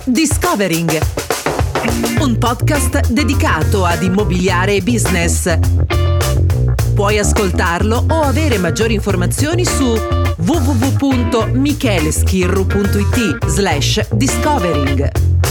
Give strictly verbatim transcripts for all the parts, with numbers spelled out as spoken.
Discovering, un podcast dedicato ad immobiliare e business. Puoi ascoltarlo o avere maggiori informazioni su w w w punto micheleschirru punto i t slash discovering.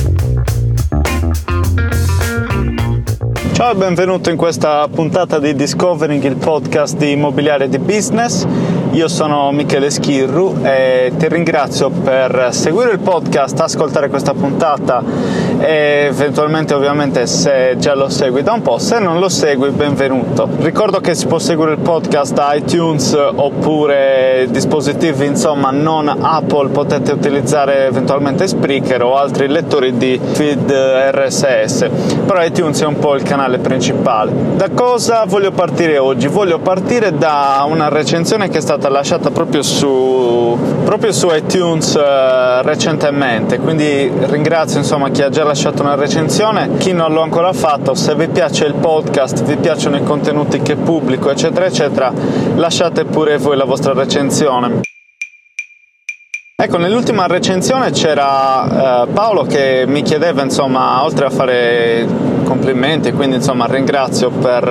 Ciao e benvenuto in questa puntata di Discovering, il podcast di immobiliare e di business. Io sono Michele Schirru e ti ringrazio per seguire il podcast, ascoltare questa puntata e eventualmente ovviamente se già lo segui da un po', se non lo segui benvenuto. Ricordo che si può seguire il podcast da iTunes oppure dispositivi insomma non Apple, potete utilizzare eventualmente Spreaker o altri lettori di feed R S S, però iTunes è un po' il canale principale. Da cosa voglio partire oggi? Voglio partire da una recensione che è stata lasciata proprio su proprio su iTunes eh, recentemente, quindi ringrazio insomma chi ha già lasciato una recensione, chi non l'ho ancora fatto. Se vi piace il podcast, vi piacciono i contenuti che pubblico eccetera eccetera, lasciate pure voi la vostra recensione. Ecco, nell'ultima recensione c'era eh, Paolo che mi chiedeva, insomma, oltre a fare complimenti, quindi insomma ringrazio per,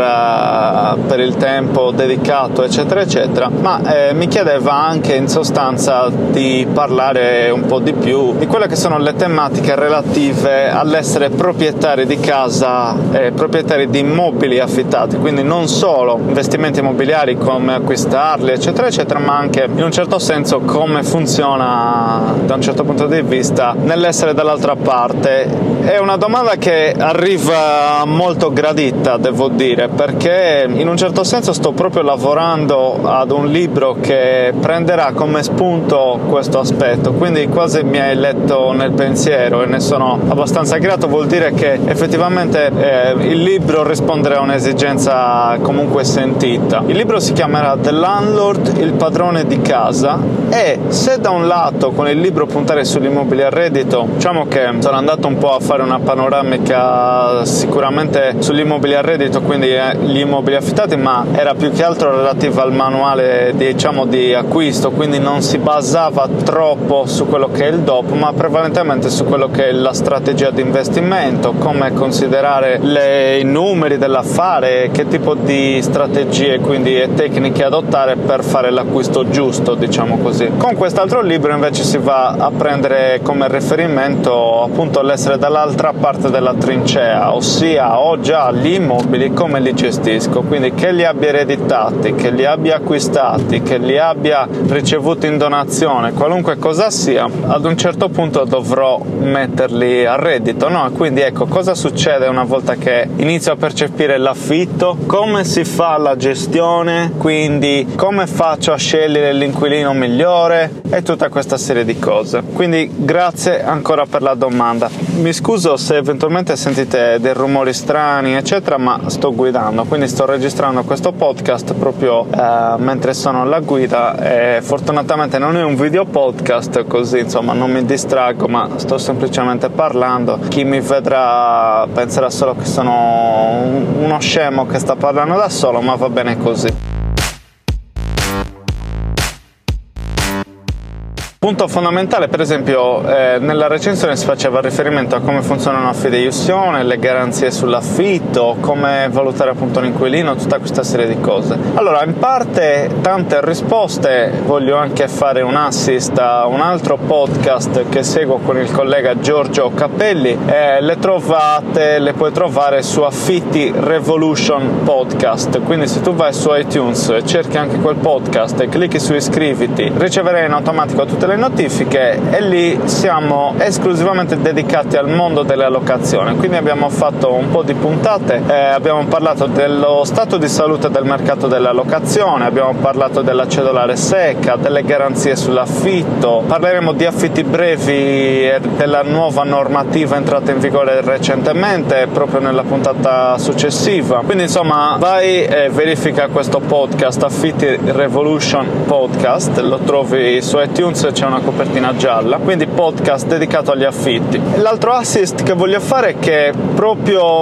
uh, per il tempo dedicato eccetera eccetera, ma eh, mi chiedeva anche in sostanza di parlare un po' di più di quelle che sono le tematiche relative all'essere proprietari di casa, eh, proprietari di immobili affittati, quindi non solo investimenti immobiliari, come acquistarli eccetera eccetera, ma anche in un certo senso come funziona da un certo punto di vista nell'essere dall'altra parte. È una domanda che arriva molto gradita, devo dire, perché in un certo senso sto proprio lavorando ad un libro che prenderà come spunto questo aspetto, quindi quasi mi hai letto nel pensiero e ne sono abbastanza grato. Vuol dire che effettivamente eh, il libro risponderà a un'esigenza comunque sentita. Il libro si chiamerà The Landlord, il padrone di casa, e se da un lato con il libro puntare sugli immobili a reddito, diciamo che sono andato un po' a fare una panoramica sicuramente sugli immobili a reddito, quindi gli immobili affittati, ma era più che altro relativa al manuale diciamo di acquisto, quindi non si basava troppo su quello che è il dopo, ma prevalentemente su quello che è la strategia di investimento, come considerare le, i numeri dell'affare, che tipo di strategie quindi e tecniche adottare per fare l'acquisto giusto, diciamo così. Con quest'altro libro invece si va a prendere come riferimento appunto l'essere dall'altra parte della trincea, ossia ho già gli immobili, come li gestisco, quindi che li abbia ereditati, che li abbia acquistati, che li abbia ricevuti in donazione, qualunque cosa sia, ad un certo punto dovrò metterli a reddito, no? Quindi ecco, cosa succede una volta che inizio a percepire l'affitto, come si fa la gestione, quindi come faccio a scegliere l'inquilino migliore e tutta questa serie di cose. Quindi grazie ancora per la domanda. Mi scuso se eventualmente sentite dei rumori strani eccetera, ma sto guidando, quindi sto registrando questo podcast proprio eh, mentre sono alla guida e fortunatamente non è un video podcast, così insomma non mi distraggo, ma sto semplicemente parlando. Chi mi vedrà penserà solo che sono uno scemo che sta parlando da solo, ma va bene così. Punto fondamentale, per esempio, eh, nella recensione si faceva riferimento a come funziona una fideiussione, le garanzie sull'affitto, come valutare appunto un inquilino, tutta questa serie di cose. Allora, in parte tante risposte, voglio anche fare un assist a un altro podcast che seguo con il collega Giorgio Cappelli, eh, le trovate, le puoi trovare su Affitti Revolution Podcast, quindi se tu vai su iTunes, cerchi anche quel podcast e clicchi su iscriviti, riceverai in automatico tutte le notifiche e lì siamo esclusivamente dedicati al mondo della locazione. Quindi abbiamo fatto un po' di puntate, eh, abbiamo parlato dello stato di salute del mercato della locazione, abbiamo parlato della cedolare secca, delle garanzie sull'affitto, parleremo di affitti brevi e della nuova normativa entrata in vigore recentemente proprio nella puntata successiva. Quindi insomma vai e verifica questo podcast, Affitti Revolution Podcast, lo trovi su iTunes, c'è una copertina gialla, quindi podcast dedicato agli affitti. L'altro assist che voglio fare è che proprio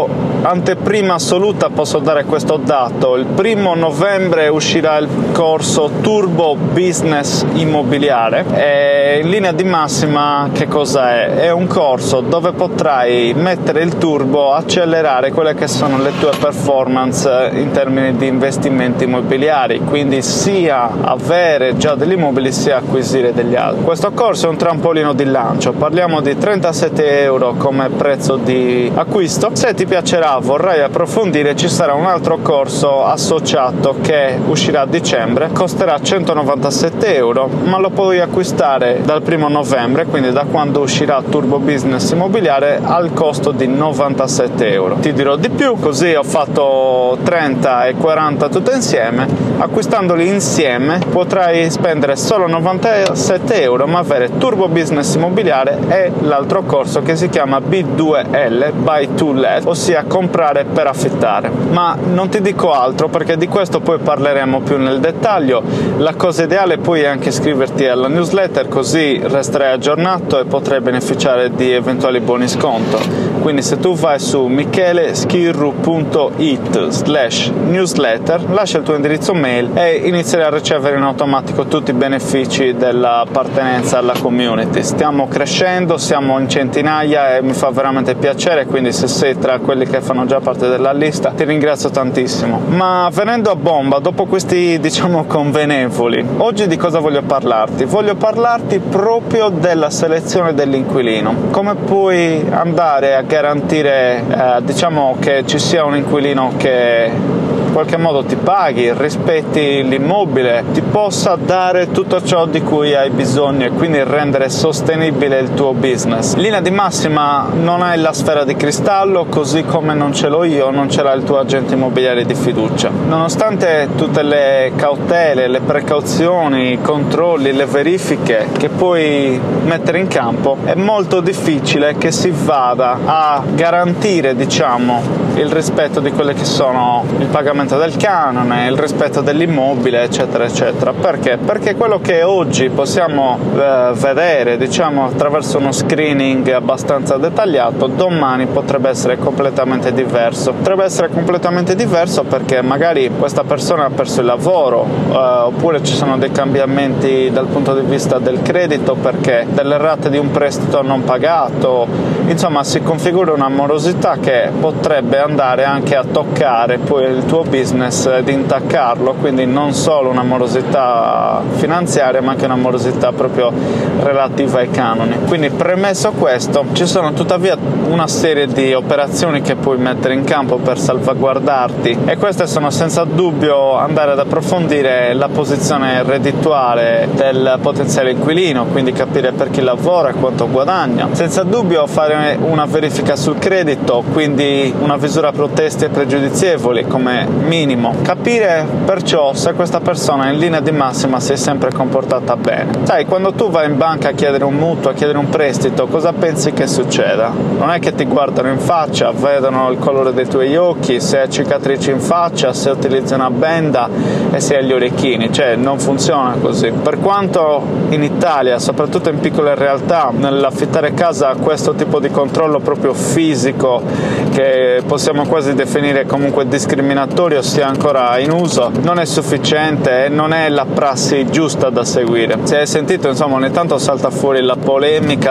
anteprima assoluta posso dare questo dato: il primo novembre uscirà il corso Turbo Business Immobiliare e in linea di massima che cosa è? È un corso dove potrai mettere il turbo, accelerare quelle che sono le tue performance in termini di investimenti immobiliari, quindi sia avere già degli immobili sia acquisire degli altri. Questo corso è un trampolino di lancio, parliamo di trentasette euro come prezzo di acquisto. Se ti piacerà, vorrai approfondire, ci sarà un altro corso associato che uscirà a dicembre, costerà centonovantasette euro, ma lo puoi acquistare dal primo novembre, quindi da quando uscirà Turbo Business Immobiliare, al costo di novantasette euro. Ti dirò di più, così ho fatto trenta e quaranta tutte insieme. Acquistandoli insieme potrai spendere solo novantasette euro ma avere Turbo Business Immobiliare e l'altro corso che si chiama B due L, Buy to Let, ossia comprare per affittare. Ma non ti dico altro, perché di questo poi parleremo più nel dettaglio. La cosa ideale poi è anche iscriverti alla newsletter, così resterai aggiornato e potrai beneficiare di eventuali buoni sconto. Quindi se tu vai su micheleschirru punto it slash newsletter, lascia il tuo indirizzo mail e inizierai a ricevere in automatico tutti i benefici dell'appartenenza alla community. Stiamo crescendo, siamo in centinaia e mi fa veramente piacere, quindi se sei tra quelli che fanno già parte della lista ti ringrazio tantissimo. Ma venendo a bomba, dopo questi diciamo convenevoli, oggi di cosa voglio parlarti? Voglio parlarti proprio della selezione dell'inquilino, come puoi andare a garantire eh, diciamo che ci sia un inquilino che in qualche modo ti paghi, rispetti l'immobile, ti possa dare tutto ciò di cui hai bisogno e quindi rendere sostenibile il tuo business. In linea di massima non hai la sfera di cristallo, così come non ce l'ho io, non ce l'ha il tuo agente immobiliare di fiducia. Nonostante tutte le cautele, le precauzioni, i controlli, le verifiche che puoi mettere in campo, è molto difficile che si vada a garantire, diciamo, il rispetto di quelle che sono il pagamento del canone, il rispetto dell'immobile, eccetera eccetera. Perché? Perché quello che oggi possiamo eh, vedere, diciamo, attraverso uno screening abbastanza dettagliato, domani potrebbe essere completamente diverso. Potrebbe essere completamente diverso perché magari questa persona ha perso il lavoro, eh, oppure ci sono dei cambiamenti dal punto di vista del credito, perché delle rate di un prestito non pagato, insomma si configura una morosità che potrebbe andare anche a toccare poi il tuo business ed intaccarlo, quindi non solo una morosità finanziaria ma anche una morosità proprio relativa ai canoni. Quindi premesso questo, ci sono tuttavia una serie di operazioni che puoi mettere in campo per salvaguardarti, e queste sono senza dubbio andare ad approfondire la posizione reddituale del potenziale inquilino, quindi capire per chi lavora e quanto guadagna, senza dubbio fare una verifica sul credito, quindi una visura proteste e pregiudizievoli come minimo, capire perciò se questa persona in linea di massima si è sempre comportata bene. Sai, quando tu vai in banca a chiedere un mutuo, a chiedere un prestito, cosa pensi che succeda? Non è che ti guardano in faccia, vedono il colore dei tuoi occhi, se hai cicatrici in faccia, se utilizzi una benda e se hai gli orecchini, cioè non funziona così. Per quanto in Italia, soprattutto in piccole realtà, nell'affittare casa questo tipo di controllo proprio fisico, che possiamo quasi definire comunque discriminatorio, sia ancora in uso, non è sufficiente e non è la prassi giusta da seguire. Se hai sentito, insomma, ogni tanto salta fuori la polemica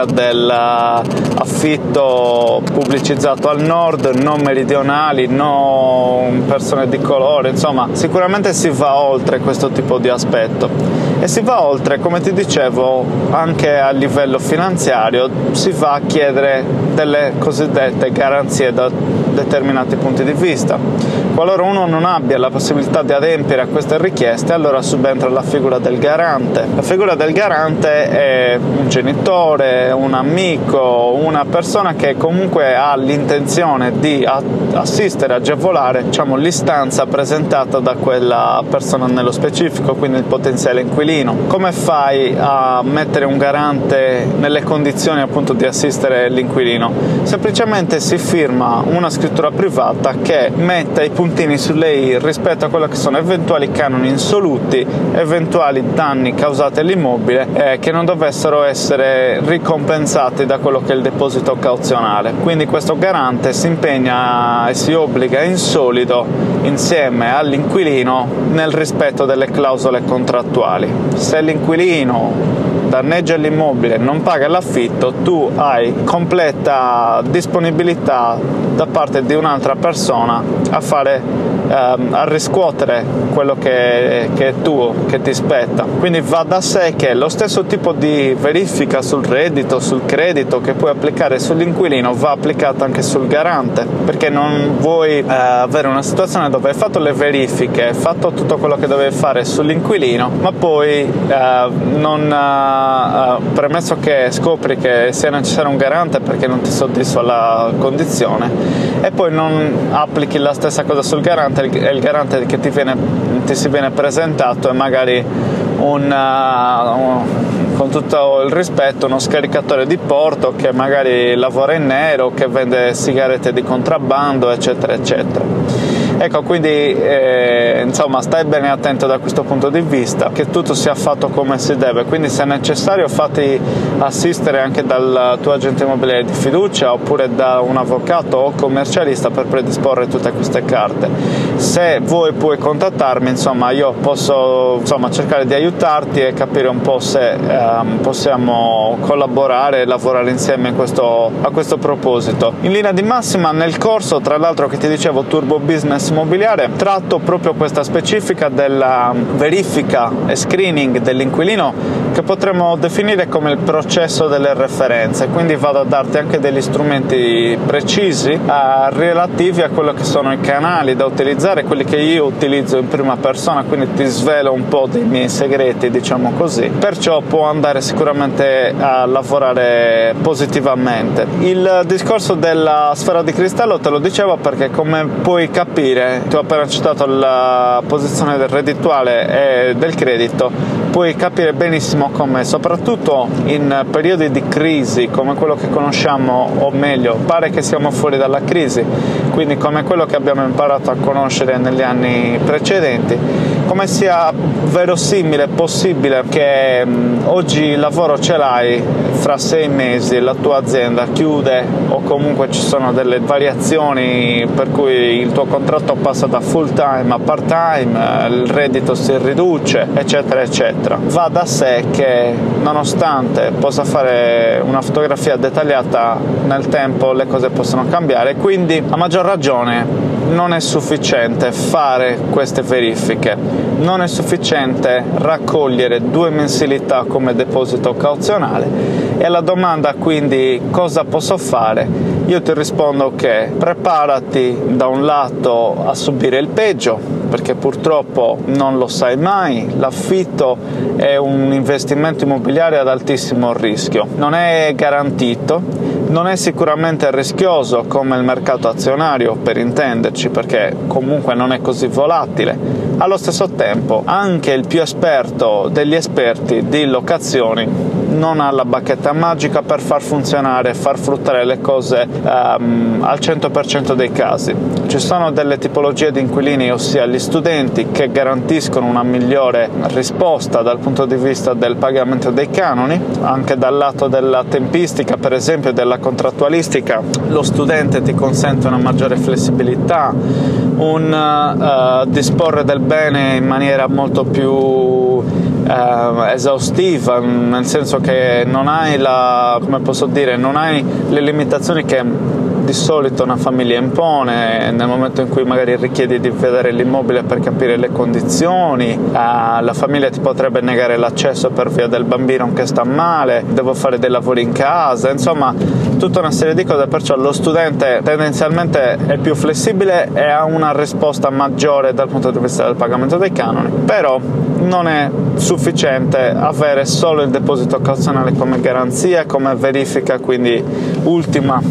dell'affitto pubblicizzato al nord, non meridionali, non persone di colore, insomma sicuramente si va oltre questo tipo di aspetto, e si va oltre, come ti dicevo, anche a livello finanziario. Si va a chiedere delle cosiddette garanzie da determinati punti di vista. Qualora uno non abbia la possibilità di adempiere a queste richieste, allora subentra la figura del garante. La figura del garante è un genitore, un amico, una persona che comunque ha l'intenzione di assistere, agevolare, diciamo, l'istanza presentata da quella persona nello specifico, quindi il potenziale inquilino. Come fai a mettere un garante nelle condizioni appunto di assistere l'inquilino? Semplicemente si firma una scrittura scrittura privata che metta i puntini sulle i rispetto a quello che sono eventuali canoni insoluti, eventuali danni causati all'immobile eh, che non dovessero essere ricompensati da quello che è il deposito cauzionale. Quindi questo garante si impegna e si obbliga in solido insieme all'inquilino nel rispetto delle clausole contrattuali. Se l'inquilino danneggia l'immobile, non paga l'affitto, tu hai completa disponibilità da parte di un'altra persona a fare ehm, a riscuotere quello che, che è tuo, che ti spetta. Quindi va da sé che lo stesso tipo di verifica sul reddito, sul credito che puoi applicare sull'inquilino va applicata anche sul garante, perché non vuoi eh, avere una situazione dove hai fatto le verifiche, hai fatto tutto quello che dovevi fare sull'inquilino, ma poi eh, non eh, premesso che scopri che sia necessario un garante perché non ti soddisfa la condizione e poi non applichi la stessa cosa sul garante e il garante che ti, viene, ti si viene presentato è magari un, uh, un con tutto il rispetto uno scaricatore di porto che magari lavora in nero, che vende sigarette di contrabbando, eccetera eccetera. Ecco, quindi eh, insomma stai bene attento da questo punto di vista, che tutto sia fatto come si deve, quindi se è necessario fatti assistere anche dal tuo agente immobiliare di fiducia oppure da un avvocato o commercialista per predisporre tutte queste carte. Se vuoi puoi contattarmi, insomma io posso insomma cercare di aiutarti e capire un po' se ehm, possiamo collaborare e lavorare insieme in questo, a questo proposito. In linea di massima nel corso, tra l'altro, che ti dicevo, Turbo Business Immobiliare, tratto proprio questa specifica della verifica e screening dell'inquilino che potremmo definire come il processo delle referenze, quindi vado a darti anche degli strumenti precisi eh, relativi a quello che sono i canali da utilizzare, quelli che io utilizzo in prima persona, quindi ti svelo un po' dei miei segreti, diciamo così, perciò può andare sicuramente a lavorare positivamente. Il discorso della sfera di cristallo te lo dicevo perché, come puoi capire, ti ho appena citato la posizione del reddituale e del credito, puoi capire benissimo come, soprattutto in periodi di crisi come quello che conosciamo, o meglio, pare che siamo fuori dalla crisi, quindi come quello che abbiamo imparato a conoscere negli anni precedenti, come sia verosimile, possibile che mh, oggi il lavoro ce l'hai, fra sei mesi la tua azienda chiude o comunque ci sono delle variazioni per cui il tuo contratto passa da full time a part time, il reddito si riduce, eccetera eccetera. Va da sé che nonostante possa fare una fotografia dettagliata nel tempo, le cose possono cambiare, quindi a maggior ragione non è sufficiente fare queste verifiche, non è sufficiente raccogliere due mensilità come deposito cauzionale. E alla domanda quindi cosa posso fare, io ti rispondo che preparati da un lato a subire il peggio, perché purtroppo non lo sai mai, l'affitto è un investimento immobiliare ad altissimo rischio, non è garantito, non è sicuramente rischioso come il mercato azionario, per intenderci, perché comunque non è così volatile. Allo stesso tempo anche il più esperto degli esperti di locazioni non ha la bacchetta magica per far funzionare e far fruttare le cose um, al cento per cento dei casi. Ci sono delle tipologie di inquilini, ossia gli studenti, che garantiscono una migliore risposta dal punto di vista del pagamento dei canoni, anche dal lato della tempistica, per esempio della contrattualistica. Lo studente ti consente una maggiore flessibilità, un uh, disporre del bene in maniera molto più Uh, esaustiva, nel senso che non hai la, come posso dire, non hai le limitazioni che di solito una famiglia impone nel momento in cui magari richiedi di vedere l'immobile per capire le condizioni. Uh, la famiglia ti potrebbe negare l'accesso per via del bambino che sta male, devo fare dei lavori in casa, insomma tutta una serie di cose. Perciò lo studente tendenzialmente è più flessibile e ha una risposta maggiore dal punto di vista del pagamento dei canoni, però non è sufficiente avere solo il deposito cauzionale come garanzia, come verifica, quindi ultima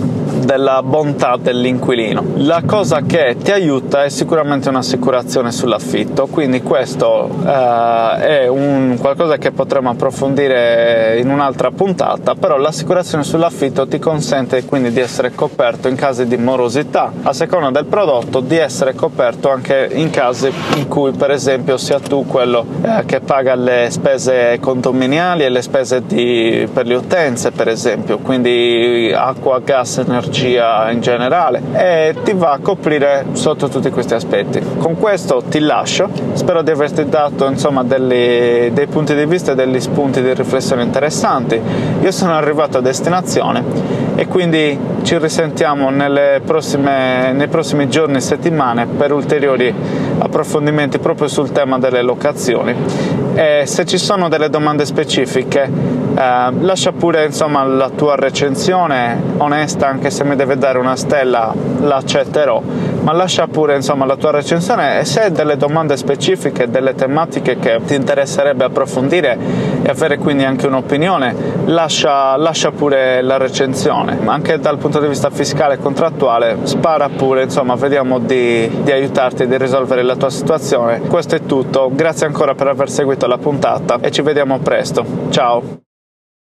della bontà dell'inquilino. La cosa che ti aiuta è sicuramente un'assicurazione sull'affitto, quindi questo eh, è un qualcosa che potremo approfondire in un'altra puntata, però l'assicurazione sull'affitto ti consente quindi di essere coperto in casi di morosità, a seconda del prodotto di essere coperto anche in casi in cui per esempio sia tu quello eh, che paga le spese condominiali e le spese di, per le utenze per esempio, quindi acqua, gas, energia in generale, e ti va a coprire sotto tutti questi aspetti. Con questo ti lascio, spero di averti dato insomma degli, dei punti di vista e degli spunti di riflessione interessanti. Io sono arrivato a destinazione e quindi ci risentiamo nelle prossime, nei prossimi giorni e settimane per ulteriori approfondimenti proprio sul tema delle locazioni. E se ci sono delle domande specifiche eh, lascia pure insomma la tua recensione onesta, anche se mi deve dare una stella l'accetterò, ma lascia pure insomma la tua recensione, e se hai delle domande specifiche, delle tematiche che ti interesserebbe approfondire e avere quindi anche un'opinione, lascia, lascia pure la recensione. Anche dal punto di vista fiscale e contrattuale spara pure, insomma vediamo di, di aiutarti, di risolvere la tua situazione. Questo è tutto, grazie ancora per aver seguito la puntata e ci vediamo presto, ciao!